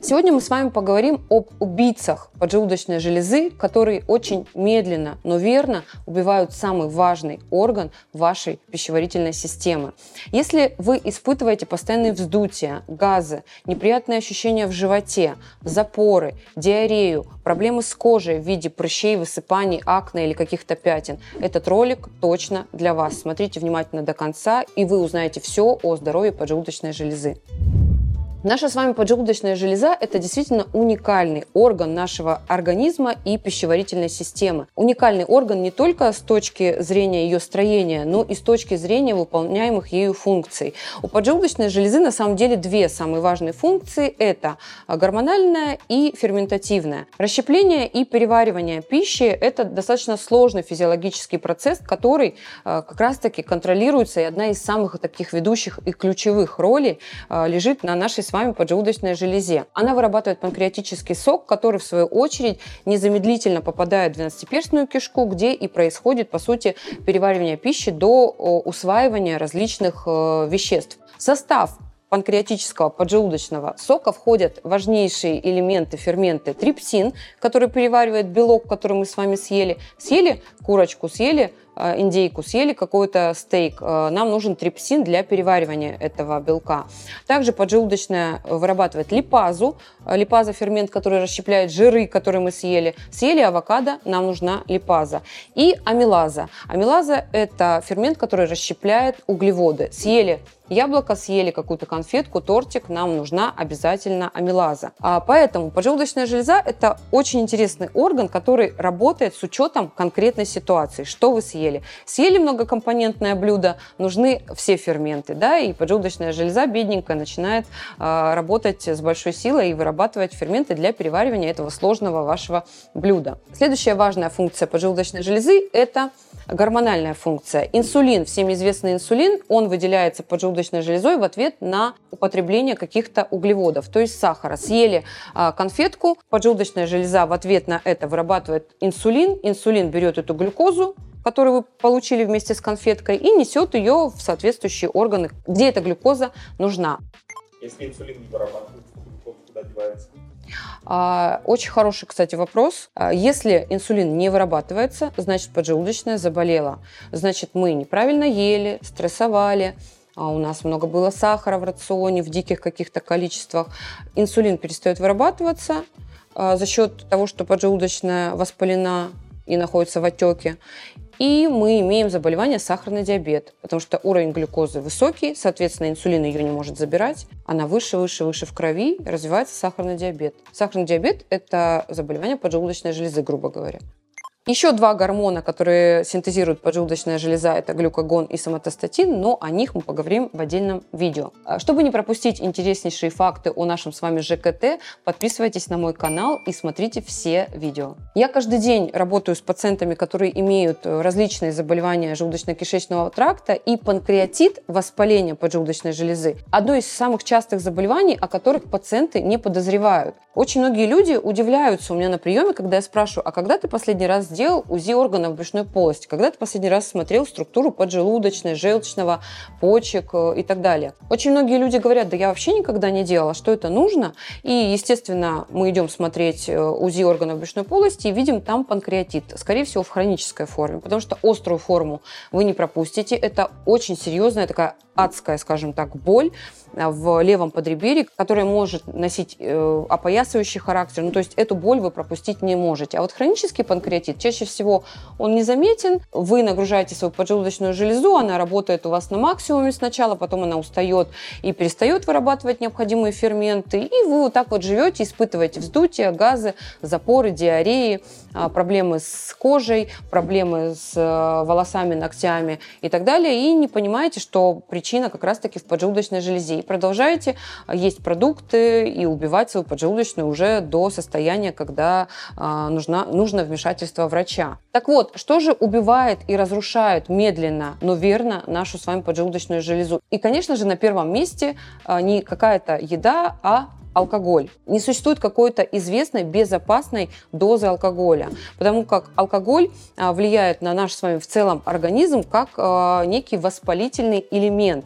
Сегодня мы с вами поговорим об убийцах поджелудочной железы, которые очень медленно, но верно убивают самый важный орган вашей пищеварительной системы. Если вы испытываете постоянные вздутия, газы, неприятные ощущения в животе, запоры, диарею, проблемы с кожей в виде прыщей, высыпаний, акне или каких-то пятен, этот ролик точно для вас. Смотрите внимательно до конца, и вы узнаете все о здоровье поджелудочной железы. Наша с вами поджелудочная железа – это действительно уникальный орган нашего организма и пищеварительной системы. Уникальный орган не только с точки зрения ее строения, но и с точки зрения выполняемых ею функций. У поджелудочной железы на самом деле две самые важные функции – это гормональная и ферментативная. Расщепление и переваривание пищи – это достаточно сложный физиологический процесс, который как раз-таки контролируется, и одна из самых таких ведущих и ключевых ролей лежит на нашей с вами поджелудочной железе. Она вырабатывает панкреатический сок, который в свою очередь незамедлительно попадает в двенадцатиперстную кишку, где и происходит, по сути, переваривание пищи до усваивания различных веществ. В состав панкреатического поджелудочного сока входят важнейшие элементы, ферменты: трипсин, который переваривает белок, который мы с вами съели. Съели курочку, съели индейку, съели какой-то стейк, нам нужен трипсин для переваривания этого белка. Также поджелудочная вырабатывает липазу. Липаза – фермент, который расщепляет жиры, которые мы съели. Съели авокадо, нам нужна липаза. И амилаза. Амилаза – это фермент, который расщепляет углеводы. Съели яблоко, съели какую-то конфетку, тортик, нам нужна обязательно амилаза. Поэтому поджелудочная железа – это очень интересный орган, который работает с учетом конкретной ситуации. Что вы съели? Съели многокомпонентное блюдо, нужны все ферменты, да, и поджелудочная железа бедненькая начинает работать с большой силой и вырабатывать ферменты для переваривания этого сложного вашего блюда. Следующая важная функция поджелудочной железы – это гормональная функция. Инсулин, всем известный инсулин, он выделяется поджелудочной железой в ответ на употребление каких-то углеводов, то есть сахара. Съели конфетку, поджелудочная железа в ответ на это вырабатывает инсулин, инсулин берет эту глюкозу, которую вы получили вместе с конфеткой, и несет ее в соответствующие органы, где эта глюкоза нужна. Если инсулин не вырабатывается, глюкоза куда девается? Очень хороший, кстати, вопрос. Если инсулин не вырабатывается, значит, поджелудочная заболела. Значит, мы неправильно ели, стрессовали, у нас много было сахара в рационе в диких каких-то количествах. Инсулин перестает вырабатываться за счет того, что поджелудочная воспалена и находится в отеке. И мы имеем заболевание сахарный диабет, потому что уровень глюкозы высокий, соответственно, инсулин ее не может забирать, она выше в крови, развивается сахарный диабет. Сахарный диабет – это заболевание поджелудочной железы, грубо говоря. Еще два гормона, которые синтезирует поджелудочная железа, это глюкагон и соматостатин, но о них мы поговорим в отдельном видео. Чтобы не пропустить интереснейшие факты о нашем с вами ЖКТ, подписывайтесь на мой канал и смотрите все видео. Я каждый день работаю с пациентами, которые имеют различные заболевания желудочно-кишечного тракта, и панкреатит, воспаление поджелудочной железы, одно из самых частых заболеваний, о которых пациенты не подозревают. Очень многие люди удивляются у меня на приеме, когда я спрашиваю: а когда ты последний раз сделал УЗИ органов брюшной полости, когда ты последний раз смотрел структуру поджелудочной, желчного, почек и так далее. Очень многие люди говорят: да я вообще никогда не делала, что это нужно? И, естественно, мы идем смотреть УЗИ органов брюшной полости и видим там панкреатит, скорее всего, в хронической форме, потому что острую форму вы не пропустите. Это очень серьезная такая адская, скажем так, боль в левом подреберье, которая может носить опоясывающий характер. Ну, то есть эту боль вы пропустить не можете. А вот хронический панкреатит, чаще всего он незаметен. Вы нагружаете свою поджелудочную железу, она работает у вас на максимуме сначала, потом она устает и перестает вырабатывать необходимые ферменты. И вы вот так вот живете, испытываете вздутие, газы, запоры, диареи, проблемы с кожей, проблемы с волосами, ногтями и так далее. И не понимаете, что причина как раз-таки в поджелудочной железе. И продолжаете есть продукты и убивать свою поджелудочную уже до состояния, когда нужно вмешательство врача. Так вот, что же убивает и разрушает медленно, но верно нашу с вами поджелудочную железу? И, конечно же, на первом месте не какая-то еда, а алкоголь. Не существует какой-то известной безопасной дозы алкоголя, потому как алкоголь влияет на наш с вами в целом организм как некий воспалительный элемент.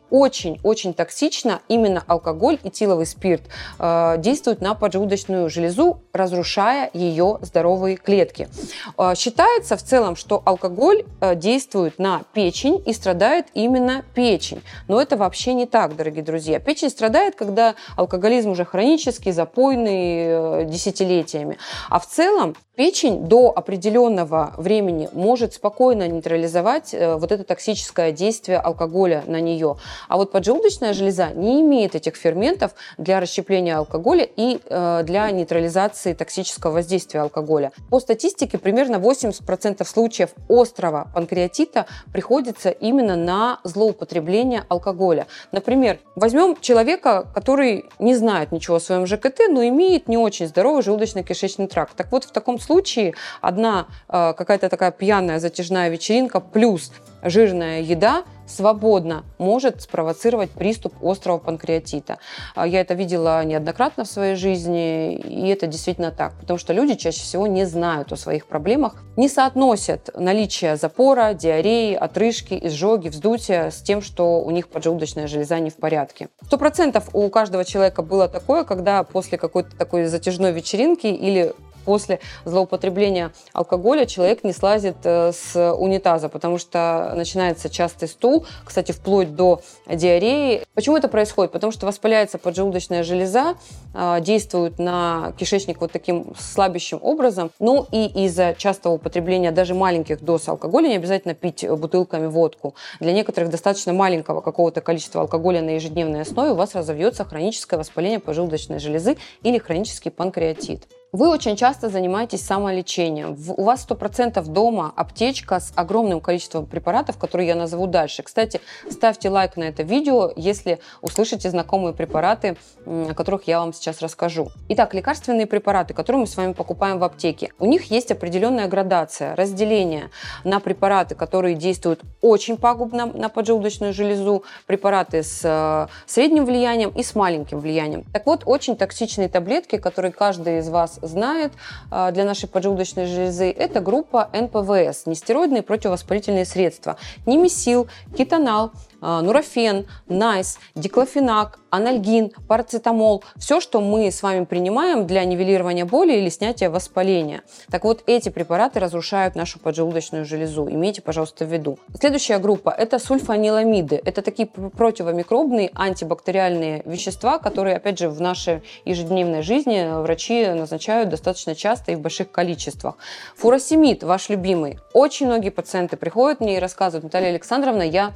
очень-очень токсично именно алкоголь, этиловый спирт действуют на поджелудочную железу, разрушая ее здоровые клетки. Считается в целом, что алкоголь действует на печень и страдает именно печень. Но это вообще не так, дорогие друзья. Печень страдает, когда алкоголизм уже хронический, запойный, десятилетиями. А в целом печень до определенного времени может спокойно нейтрализовать вот это токсическое действие алкоголя на нее. А вот поджелудочная железа не имеет этих ферментов для расщепления алкоголя и для нейтрализации токсического воздействия алкоголя. По статистике, примерно 80% случаев острого панкреатита приходится именно на злоупотребление алкоголя. Например, возьмем человека, который не знает ничего о своем ЖКТ, но имеет не очень здоровый желудочно-кишечный тракт. Так вот, в таком случае одна какая-то такая пьяная затяжная вечеринка плюс жирная еда свободно может спровоцировать приступ острого панкреатита. Я это видела неоднократно в своей жизни, и это действительно так, потому что люди чаще всего не знают о своих проблемах, не соотносят наличие запора, диареи, отрыжки, изжоги, вздутия с тем, что у них поджелудочная железа не в порядке. 100% у каждого человека было такое, когда после какой-то такой затяжной вечеринки или после злоупотребления алкоголя человек не слазит с унитаза, потому что начинается частый стул, кстати, вплоть до диареи. Почему это происходит? Потому что воспаляется поджелудочная железа, действует на кишечник вот таким слабящим образом. Ну и из-за частого употребления даже маленьких доз алкоголя, не обязательно пить бутылками водку, для некоторых достаточно маленького какого-то количества алкоголя на ежедневной основе у вас разовьется хроническое воспаление поджелудочной железы или хронический панкреатит. Вы очень часто занимаетесь самолечением. У вас 100% дома аптечка с огромным количеством препаратов, которые я назову дальше. Кстати, ставьте лайк на это видео, если услышите знакомые препараты, о которых я вам сейчас расскажу. Итак, лекарственные препараты, которые мы с вами покупаем в аптеке. У них есть определенная градация, разделение на препараты, которые действуют очень пагубно на поджелудочную железу, препараты с средним влиянием и с маленьким влиянием. Так вот, очень токсичные таблетки, которые каждый из вас знает для нашей поджелудочной железы, это группа НПВС, нестероидные противовоспалительные средства. Нимесил, кетонал, нурофен, найс, диклофенак, анальгин, парацетамол. Все, что мы с вами принимаем для нивелирования боли или снятия воспаления. Так вот, эти препараты разрушают нашу поджелудочную железу. Имейте, пожалуйста, в виду. Следующая группа – это сульфаниламиды. Это такие противомикробные антибактериальные вещества, которые, опять же, в нашей ежедневной жизни врачи назначают достаточно часто и в больших количествах. Фуросемид, ваш любимый. Очень многие пациенты приходят мне и рассказывают: Наталья Александровна, я,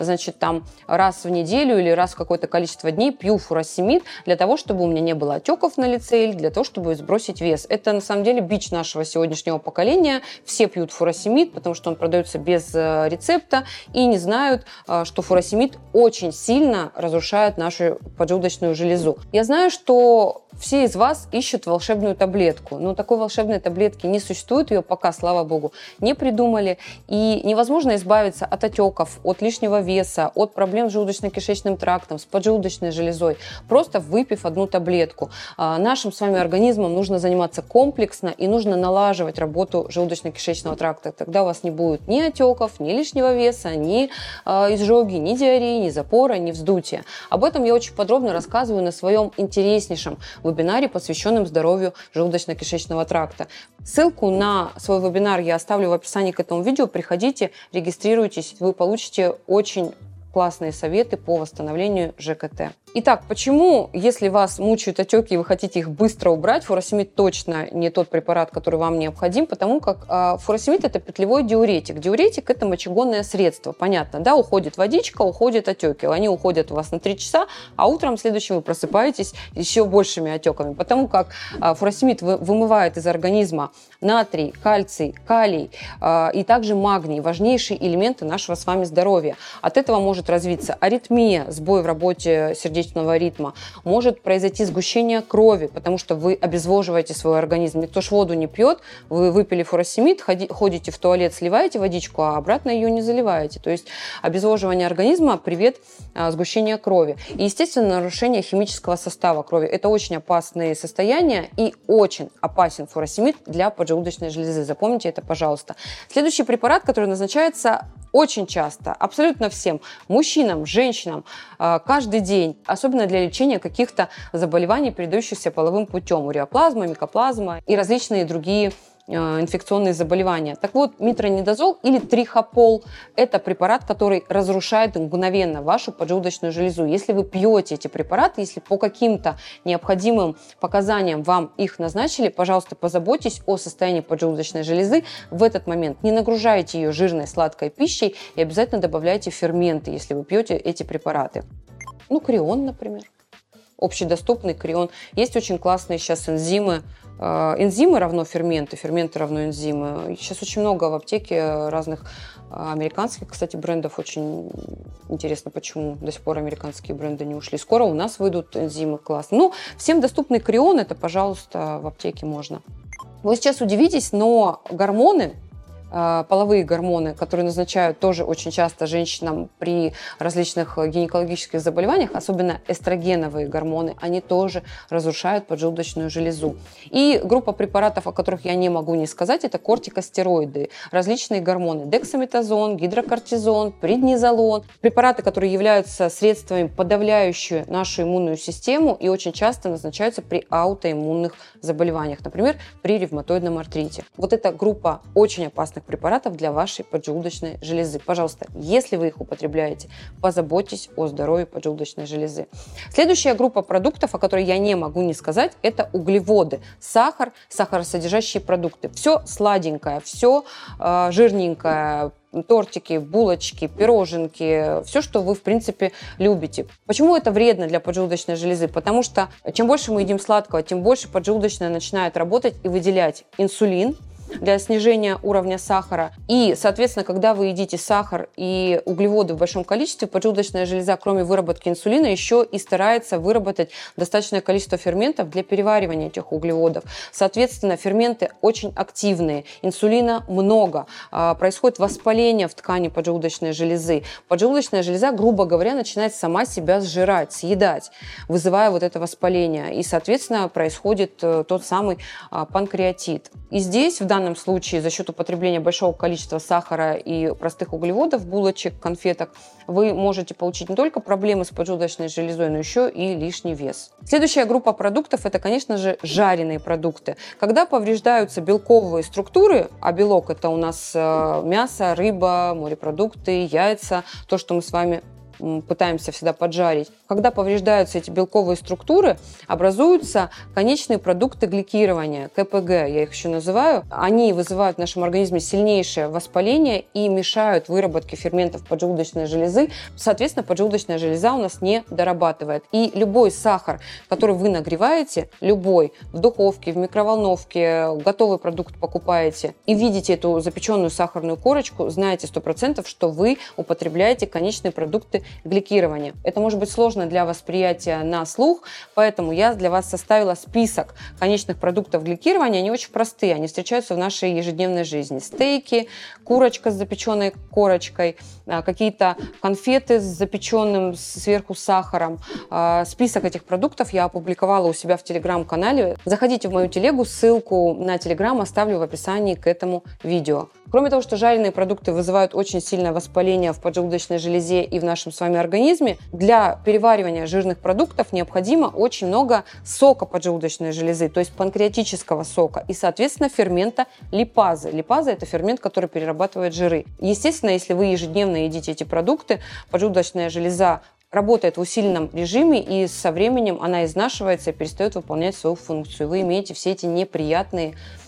там раз в неделю или раз в какое-то количество дней пью фуросемид для того, чтобы у меня не было отеков на лице или для того, чтобы сбросить вес. Это на самом деле бич нашего сегодняшнего поколения. Все пьют фуросемид, потому что он продается без рецепта и не знают, что фуросемид очень сильно разрушает нашу поджелудочную железу. Я знаю, что все из вас ищут волшебную таблетку, но такой волшебной таблетки не существует, ее пока, слава богу, не придумали. И невозможно избавиться от отеков, от лишнего веса, от проблем с желудочно-кишечным трактом, с поджелудочной железой, просто выпив одну таблетку. Нашим с вами организмом нужно заниматься комплексно и нужно налаживать работу желудочно-кишечного тракта. Тогда у вас не будет ни отеков, ни лишнего веса, ни изжоги, ни диареи, ни запора, ни вздутия. Об этом я очень подробно рассказываю на своем интереснейшем вебинаре, посвященном здоровью желудочно-кишечного тракта. Ссылку на свой вебинар я оставлю в описании к этому видео. Приходите, регистрируйтесь, вы получите очень классные советы по восстановлению ЖКТ. Итак, почему, если вас мучают отеки и вы хотите их быстро убрать, фуросемид точно не тот препарат, который вам необходим, потому как фуросемид – это петлевой диуретик. Диуретик – это мочегонное средство, понятно, да, уходит водичка, уходят отеки. Они уходят у вас на 3 часа, а утром следующим вы просыпаетесь еще большими отеками, потому как фуросемид вымывает из организма натрий, кальций, калий и также магний, важнейшие элементы нашего с вами здоровья. От этого может развиться аритмия, сбой в работе сердечной сердечного ритма. Может произойти сгущение крови, потому что вы обезвоживаете свой организм. Никто ж воду не пьет, вы выпили фуросемид, ходите в туалет, сливаете водичку, а обратно ее не заливаете. То есть обезвоживание организма, привет, сгущение крови. И, естественно, нарушение химического состава крови. Это очень опасные состояния и очень опасен фуросемид для поджелудочной железы. Запомните это, пожалуйста. Следующий препарат, который назначается очень часто, абсолютно всем, мужчинам, женщинам, каждый день, особенно для лечения каких-то заболеваний, передающихся половым путем, уреоплазма, микоплазма и различные другие инфекционные заболевания. Так вот, метронидазол или трихопол – это препарат, который разрушает мгновенно вашу поджелудочную железу. Если вы пьете эти препараты, если по каким-то необходимым показаниям вам их назначили, пожалуйста, позаботьтесь о состоянии поджелудочной железы в этот момент. Не нагружайте ее жирной сладкой пищей и обязательно добавляйте ферменты, если вы пьете эти препараты. Ну, крион, например. Общедоступный крион. Есть очень классные сейчас энзимы. Энзимы равно ферменты, ферменты равно энзимы. Сейчас очень много в аптеке разных американских, кстати, брендов. Очень интересно, почему до сих пор американские бренды не ушли. Скоро у нас выйдут энзимы классные. Ну, всем доступный крион, это, пожалуйста, в аптеке можно. Вы сейчас удивитесь, но гормоны, половые гормоны, которые назначают тоже очень часто женщинам при различных гинекологических заболеваниях, особенно эстрогеновые гормоны, они тоже разрушают поджелудочную железу. И группа препаратов, о которых я не могу не сказать, это кортикостероиды, различные гормоны, дексаметазон, гидрокортизон, преднизолон, препараты, которые являются средствами, подавляющими нашу иммунную систему и очень часто назначаются при аутоиммунных заболеваниях, например, при ревматоидном артрите. Вот эта группа очень опасных препаратов для вашей поджелудочной железы. Пожалуйста, если вы их употребляете, позаботьтесь о здоровье поджелудочной железы. Следующая группа продуктов, о которой я не могу не сказать, это углеводы, сахар, сахаросодержащие продукты. Все сладенькое, все жирненькое, тортики, булочки, пироженки, все, что вы, в принципе, любите. Почему это вредно для поджелудочной железы? Потому что чем больше мы едим сладкого, тем больше поджелудочная начинает работать и выделять инсулин для снижения уровня сахара. И, соответственно, когда вы едите сахар и углеводы в большом количестве, поджелудочная железа, кроме выработки инсулина, еще и старается выработать достаточное количество ферментов для переваривания этих углеводов. Соответственно, ферменты очень активные, инсулина много, происходит воспаление в ткани поджелудочной железы. Поджелудочная железа, грубо говоря, начинает сама себя сжирать, съедать, вызывая вот это воспаление. И, соответственно, происходит тот самый панкреатит. И здесь, в данном случае, за счет употребления большого количества сахара и простых углеводов, булочек, конфеток, вы можете получить не только проблемы с поджелудочной железой, но еще и лишний вес. Следующая группа продуктов – это, конечно же, жареные продукты. Когда повреждаются белковые структуры, а белок – это у нас мясо, рыба, морепродукты, яйца, то, что мы с вами пытаемся всегда поджарить. Когда повреждаются эти белковые структуры, образуются конечные продукты гликирования, КПГ, я их еще называю. Они вызывают в нашем организме сильнейшее воспаление и мешают выработке ферментов поджелудочной железы. Соответственно, поджелудочная железа у нас не дорабатывает. И любой сахар, который вы нагреваете, любой, в духовке, в микроволновке, готовый продукт покупаете и видите эту запеченную сахарную корочку, знаете 100%, что вы употребляете конечные продукты гликирования. Это может быть сложно для восприятия на слух, поэтому я для вас составила список конечных продуктов гликирования. Они очень простые, они встречаются в нашей ежедневной жизни. Стейки, курочка с запеченной корочкой, какие-то конфеты с запеченным сверху сахаром. Список этих продуктов я опубликовала у себя в телеграм-канале. Заходите в мою телегу, ссылку на телеграм оставлю в описании к этому видео. Кроме того, что жареные продукты вызывают очень сильное воспаление в поджелудочной железе и в нашем с вами организме, для переваривания жирных продуктов необходимо очень много сока поджелудочной железы, то есть панкреатического сока, и, соответственно, фермента липазы. Липаза – это фермент, который перерабатывает жиры. Естественно, если вы ежедневно едите эти продукты, поджелудочная железа работает в усиленном режиме, и со временем она изнашивается и перестает выполнять свою функцию. Вы имеете все эти неприятные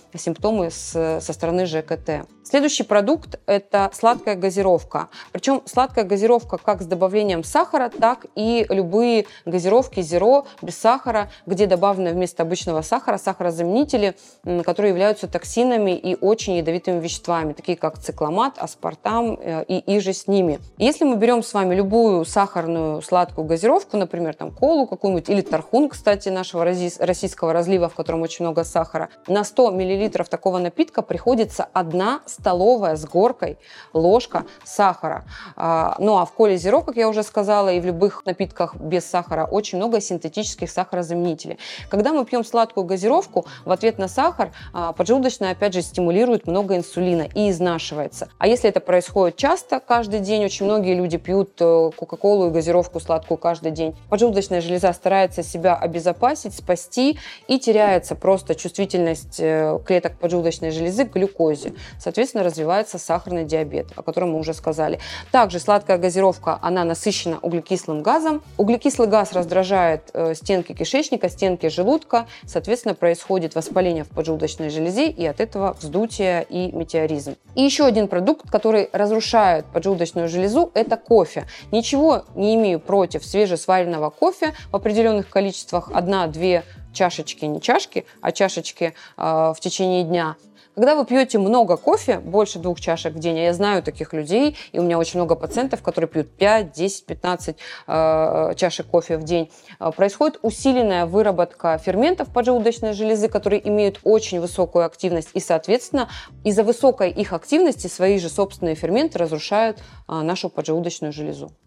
симптомы со стороны ЖКТ. Следующий продукт – это сладкая газировка. Причем сладкая газировка как с добавлением сахара, так и любые газировки зеро без сахара, где добавлены вместо обычного сахара сахарозаменители, которые являются токсинами и очень ядовитыми веществами, такие как цикламат, аспартам и иже с ними. Если мы берем с вами любую сахарную сладкую газировку, например, там колу какую-нибудь или тархун, кстати, нашего российского разлива, в котором очень много сахара, на 100 мл такого напитка приходится 1 столовая с горкой ложка сахара. Ну а в коле зеро, как я уже сказала, и в любых напитках без сахара очень много синтетических сахарозаменителей. Когда мы пьем сладкую газировку, в ответ на сахар поджелудочная опять же стимулирует много инсулина и изнашивается. А если это происходит часто, каждый день, очень многие люди пьют кока-колу и газировку сладкую каждый день, поджелудочная железа старается себя обезопасить, спасти, и теряется просто чувствительность клеток поджелудочной железы к глюкозе. Соответственно, развивается сахарный диабет, о котором мы уже сказали. Также сладкая газировка, она насыщена углекислым газом. Углекислый газ раздражает стенки кишечника, стенки желудка. Соответственно, происходит воспаление в поджелудочной железе, и от этого вздутие и метеоризм. И еще один продукт, который разрушает поджелудочную железу, это кофе. Ничего не имею против свежесваренного кофе в определенных количествах, 1-2 чашечки, не чашки, а чашечки в течение дня. Когда вы пьете много кофе, больше 2 чашек в день, а я знаю таких людей, и у меня очень много пациентов, которые пьют 5, 10, 15 чашек кофе в день, происходит усиленная выработка ферментов поджелудочной железы, которые имеют очень высокую активность, и, соответственно, из-за высокой их активности свои же собственные ферменты разрушают нашу поджелудочную железу.